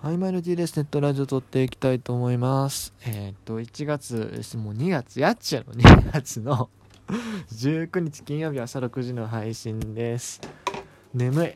はい、マイル D です。ネットラジオ撮っていきたいと思います。1月です。もう2月、やっちゃうの2月の19日金曜日朝6時の配信です。眠い。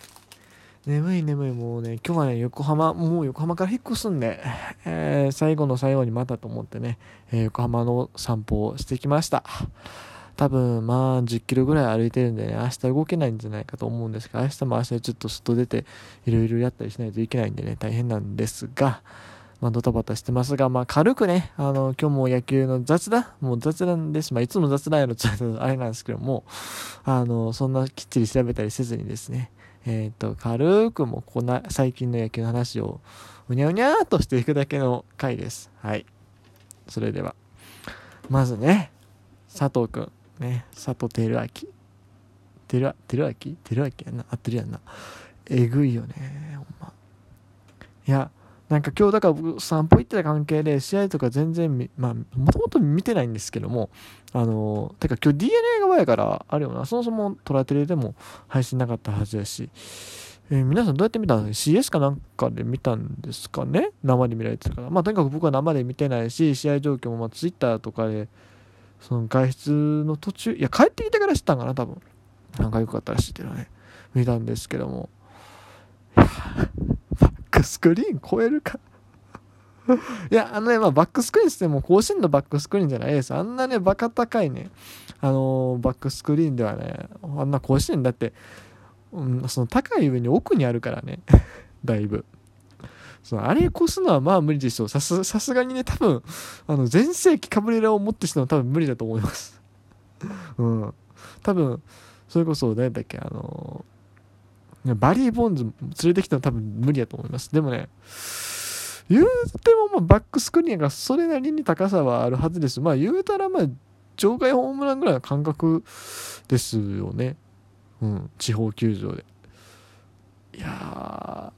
もうね、今日はね、もう横浜から引っ越すんで、最後の最後にまたと思ってね、横浜の散歩をしてきました。多分10キロぐらい歩いてるんでね、明日動けないんじゃないかと思うんですが、明日ちょっと外出ていろいろやったりしないといけないんでね、大変なんですが、ドタバタしてますが、軽くね、今日も野球の雑談です。いつも雑談やろってあれなんですけども、そんなきっちり調べたりせずにですね、軽くも最近の野球の話をうにゃうにゃーっとしていくだけの回です。はい。それでは、まずね、佐藤くん。ね、佐藤輝明。輝明やな。合ってるやんな。えぐいよね、ほんま。いや、なんか今日だから僕散歩行ってた関係で試合とか全然もともと見てないんですけども、てか今日 DNA 側やから、あれよな、そもそもトラテレでも配信なかったはずやし、皆さんどうやって見たん？ CS かなんかで見たんですかね？生で見られてたから。とにかく僕は生で見てないし、試合状況もTwitter とかで、その外出の途中、いや、帰ってきてから知ったんかな、多分。仲良かったらしいけどね。見たんですけども。バックスクリーン超えるかいや、バックスクリーンしても甲子園のバックスクリーンじゃないです。あんなね、バカ高いね、バックスクリーンではね、あんな甲子園だって、その高い上に奥にあるからね、だいぶ。あれ越すのは無理でしょう。さすがにね、多分、全盛期カブレラを持ってしても多分無理だと思います。うん。多分、それこそ、誰だっけ、バリー・ボンズ連れてきたの多分無理だと思います。でもね、言うてもバックスクリーンがそれなりに高さはあるはずです。言うたら場外ホームランぐらいの感覚ですよね。うん、地方球場で。いや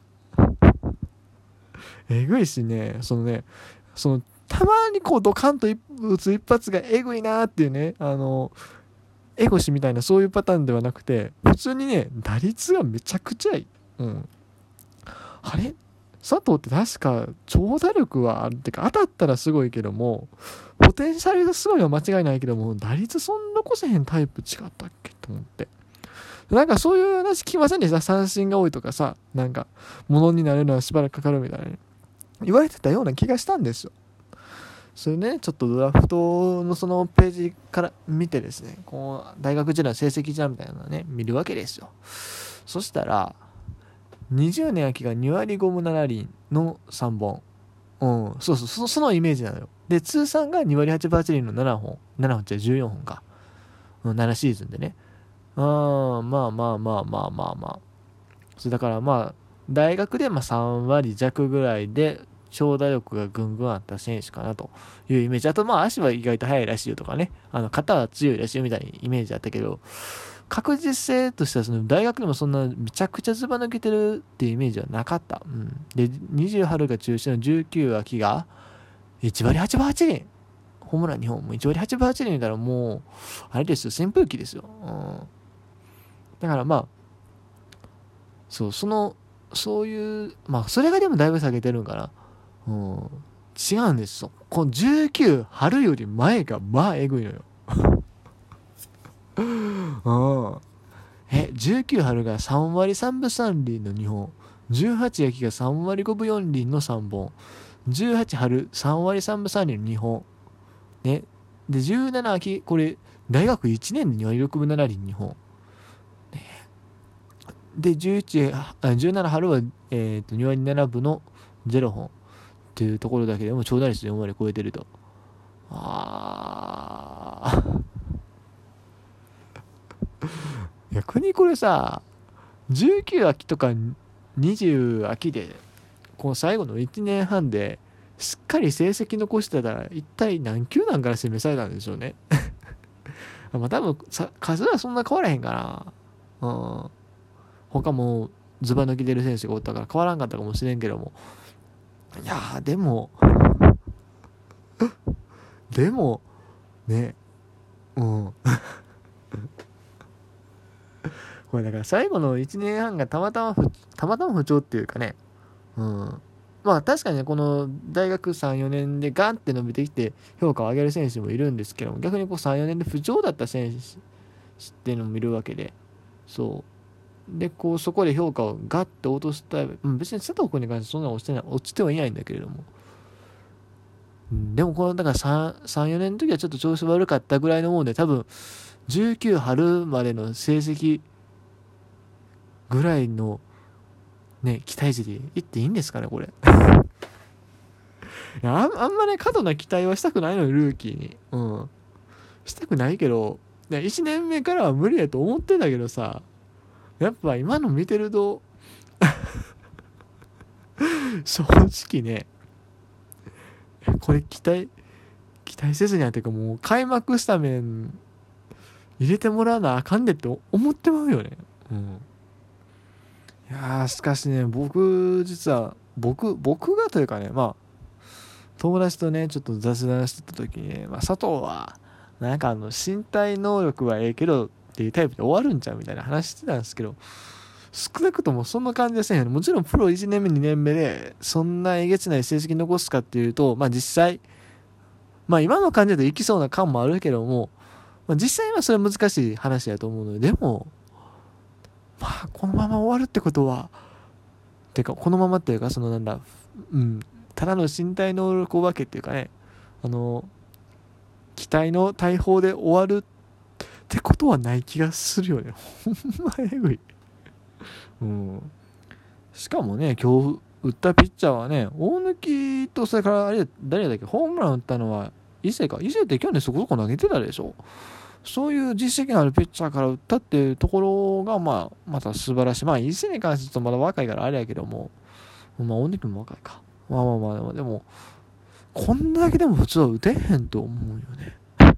えぐいしね、たまにドカンと打つ一発がえぐいなーっていうね、エゴシみたいなそういうパターンではなくて、普通にね、打率がめちゃくちゃいい。うん。あれ佐藤って確か長打力はあるってか、当たったらすごいけども、ポテンシャルがすごいのは間違いないけども、打率そんな残せへんタイプ違ったっけと思って。なんかそういう話聞きませんでした？三振が多いとかさ、なんか、物になるのはしばらくかかるみたいなね。言われてたような気がしたんですよ。それね、ちょっとドラフトのそのページから見てですね、大学時代の成績じゃんみたいなのをね、見るわけですよ。そしたら、20年秋が2割5分7厘の3本。うん、そのイメージなのよ。で、通算が2割8分8厘の7本。7本じゃ14本か。7シーズンでね。それだから大学で3割弱ぐらいで、長打力がぐんぐんあった選手かなというイメージ。あと足は意外と速いらしいよとかね。肩は強いらしいよみたいなイメージだったけど、確実性としては大学でもそんなめちゃくちゃずば抜けてるっていうイメージはなかった。うん。で、20春が中心の19秋が1割8分8厘。ホームラン2本も1割8分8厘だらもう、あれですよ、扇風機ですよ。うん。だからそういう、それがでもだいぶ下げてるんかな。うん。違うんですよ。この19春より前がえぐいのよ。うん。19春が3割3分3厘の2本。18秋が3割5分4厘の3本。18春3割3分3厘の2本。ね。で、17秋、これ、大学1年で2割6分7厘2本。ね、で、17春は、2割7分の0本。っていうところだけでも長打率4割超えてると。逆にこれさ、19秋とか20秋で、この最後の1年半で、しっかり成績残してたら、一体何球団から攻めされたんでしょうね。多分数はそんな変わらへんかな。うん。他もズバ抜き出る選手がおったから変わらんかったかもしれんけども。いやー、でもね、うん。これだから最後の1年半がたまたま不調っていうかね、うん。 まあ確かにね、この大学3、4年でガンって伸びてきて評価を上げる選手もいるんですけども、逆にこう3、4年で不調だった選手っていうのもいるわけで、そう。で、こうそこで評価をガッて落とすタイプ、別に佐藤君に関してそんな落ちてはいないんだけれども、でもこの、だから3、4年の時はちょっと調子悪かったぐらいのもんで、多分、19春までの成績ぐらいのね、期待値で言っていいんですかね、これ。いや、あんまね、過度な期待はしたくないのよ、ルーキーに。したくないけど、1年目からは無理やと思ってんだけどさ、やっぱ今の見てると、正直ね、これ期待せずにはというかもう開幕スタメン入れてもらわなあかんでって思ってまうよね。いやー、しかしね、実は僕がというかね、友達とねちょっと雑談してた時にね、佐藤はなんか身体能力はええけどっていうタイプで終わるんちゃうみたいな話してたんですけど、少なくともそんな感じでせんよね。もちろんプロ1年目2年目でそんなえげつない成績残すかっていうと、実際今の感じだといきそうな感もあるけども、実際はそれは難しい話だと思うので、でもこのまま終わるってことはてかこのままっていうかただの身体能力お化けっていうかね、期待の大砲で終わるってことはない気がするよね。ほんまえぐい。しかもね、今日打ったピッチャーはね、大貫と、それから誰だっけ、ホームラン打ったのは伊勢って去年そこそこ投げてたでしょ。そういう実績のあるピッチャーから打ったっていうところがまた素晴らしい。伊勢に関してはまだ若いからあれやけども、大貫も若いか。でもこんだけでも普通は打てへんと思うよね。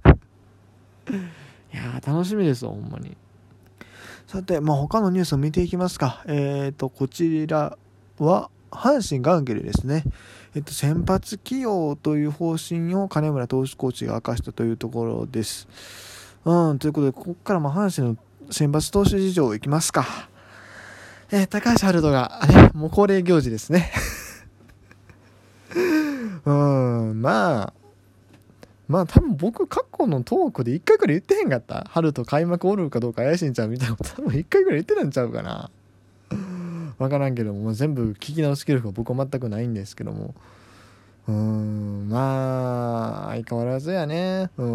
いやー、楽しみですよ、ほんまに。さて、他のニュースを見ていきますか。こちらは阪神ガンケルですね。先発起用という方針を金村投手コーチが明かしたというところです。ということで、ここから阪神の先発投手事情いきますか。高橋遥人が、もう恒例行事ですね。多分僕過去のトークで1回くらい言ってへんかった。春と開幕おるかどうか怪しいんちゃうみたいなこと多分1回くらい言ってたんちゃうかな。わからんけども、全部聞き直す気力は僕は全くないんですけども、相変わらずやね。で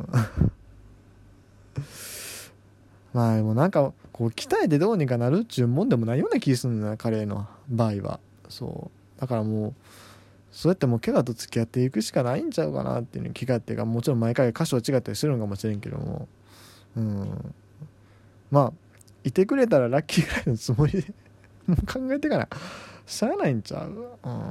もなんかこう鍛えてどうにかなるっちゅうもんでもないような気するんだな、彼の場合は。そうだからもうそうやってもう怪我と付き合っていくしかないんちゃうかなっていう気がっていうか、もちろん毎回箇所は違ったりするのかもしれんけども、いてくれたらラッキーぐらいのつもりでもう考えてからしゃあないんちゃう。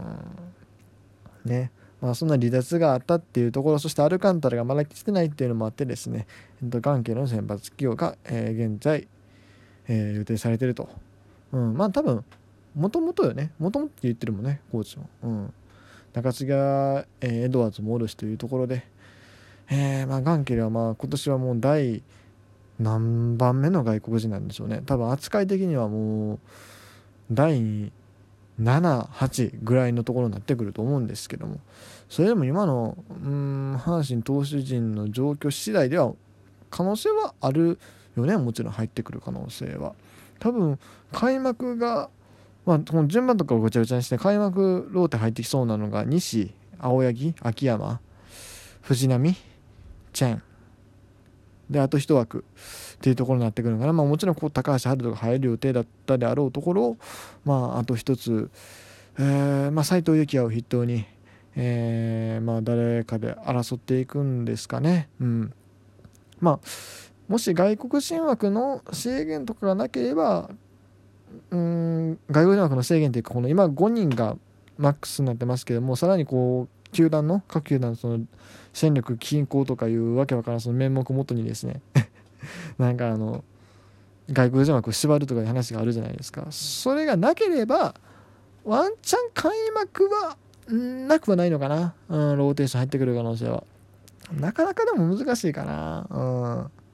ね。そんな離脱があったっていうところ、そしてアルカンタラがまだ来てないっていうのもあってですね、ガンケルの先発起用が、現在、予定されていると。多分もともとって言ってるもんね、コーチも。中継ぎは、エドワーズもおるしというところで、ガンケルは今年はもう第何番目の外国人なんでしょうね。多分扱い的にはもう第7、8ぐらいのところになってくると思うんですけども、それでも今の阪神投手陣の状況次第では可能性はあるよね。もちろん入ってくる可能性は多分開幕がこの順番とかをごちゃごちゃにして開幕ローテ入ってきそうなのが西、青柳、秋山、藤浪、チェンで、あと一枠っていうところになってくるのかな。もちろん高橋遥人が入る予定だったであろうところを、あと一つ、斉藤幸也を筆頭に、誰かで争っていくんですかね。もし外国人枠の制限とかがなければ、外国人枠の制限というか、この今5人がマックスになってますけども、さらに各球団のその戦力均衡とかいうわけわからんその面目をもとにですねなんか外国人枠を縛るとかいう話があるじゃないですか。それがなければワンチャン開幕はなくはないのかな。ローテーション入ってくる可能性はなかなかでも難しいかな。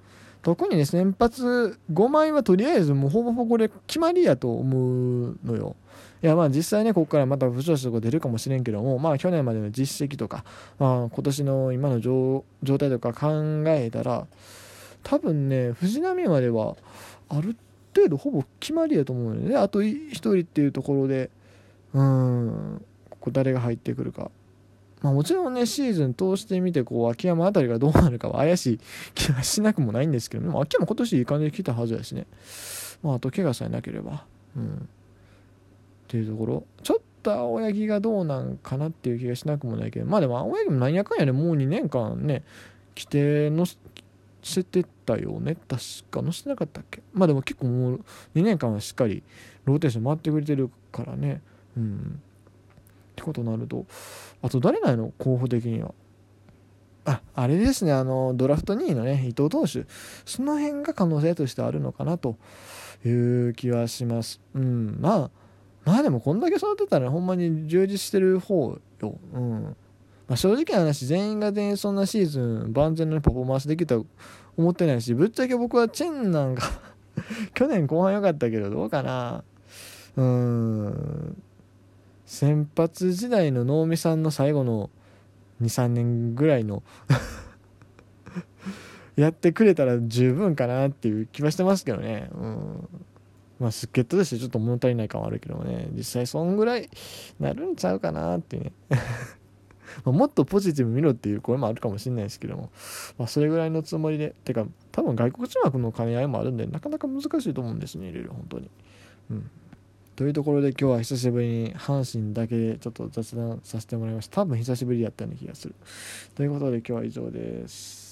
特にね、先発5枚はとりあえずもうほぼほぼこれ決まりやと思うのよ。いやまあ実際ね、ここからまた不調子とか出るかもしれんけども、まあ去年までの実績とか、まあ今年の今の状態とか考えたら、多分ね、藤浪まではある程度ほぼ決まりやと思うのよね。あと1人っていうところで、ここ誰が入ってくるか。まあもちろんね、シーズン通してみて、秋山あたりがどうなるかは怪しい気はしなくもないんですけど、でも秋山今年いい感じで来たはずやしね。まああと怪我さえなければ。っていうところ。ちょっと青柳がどうなんかなっていう気がしなくもないけど、まあでも青柳もなんやかんやでもう2年間ね、来てのせてたよね。確か乗せてなかったっけ。まあでも結構もう2年間はしっかりローテーション回ってくれてるからね。ってことになると、あと誰なの候補的には。あれですね、ドラフト2位のね、伊藤投手。その辺が可能性としてあるのかなという気はします。まあでもこんだけ育てたらほんまに充実してる方よ。正直な話、全員が全員そんなシーズン万全のパフォーマンスできたと思ってないし、ぶっちゃけ僕はチェンなんか去年後半良かったけどどうかな。先発時代の能見さんの最後の 2,3 年ぐらいのやってくれたら十分かなっていう気はしてますけどね。まあ助っ人としてちょっと物足りない感はあるけどもね、実際そんぐらいなるんちゃうかなっていうねもっとポジティブ見ろっていう声もあるかもしれないですけども、それぐらいのつもりで、てか多分外国人枠の兼ね合いもあるんでなかなか難しいと思うんですね、いろいろ本当に。というところで今日は久しぶりに阪神だけでちょっと雑談させてもらいました。多分久しぶりやったような気がする。ということで今日は以上です。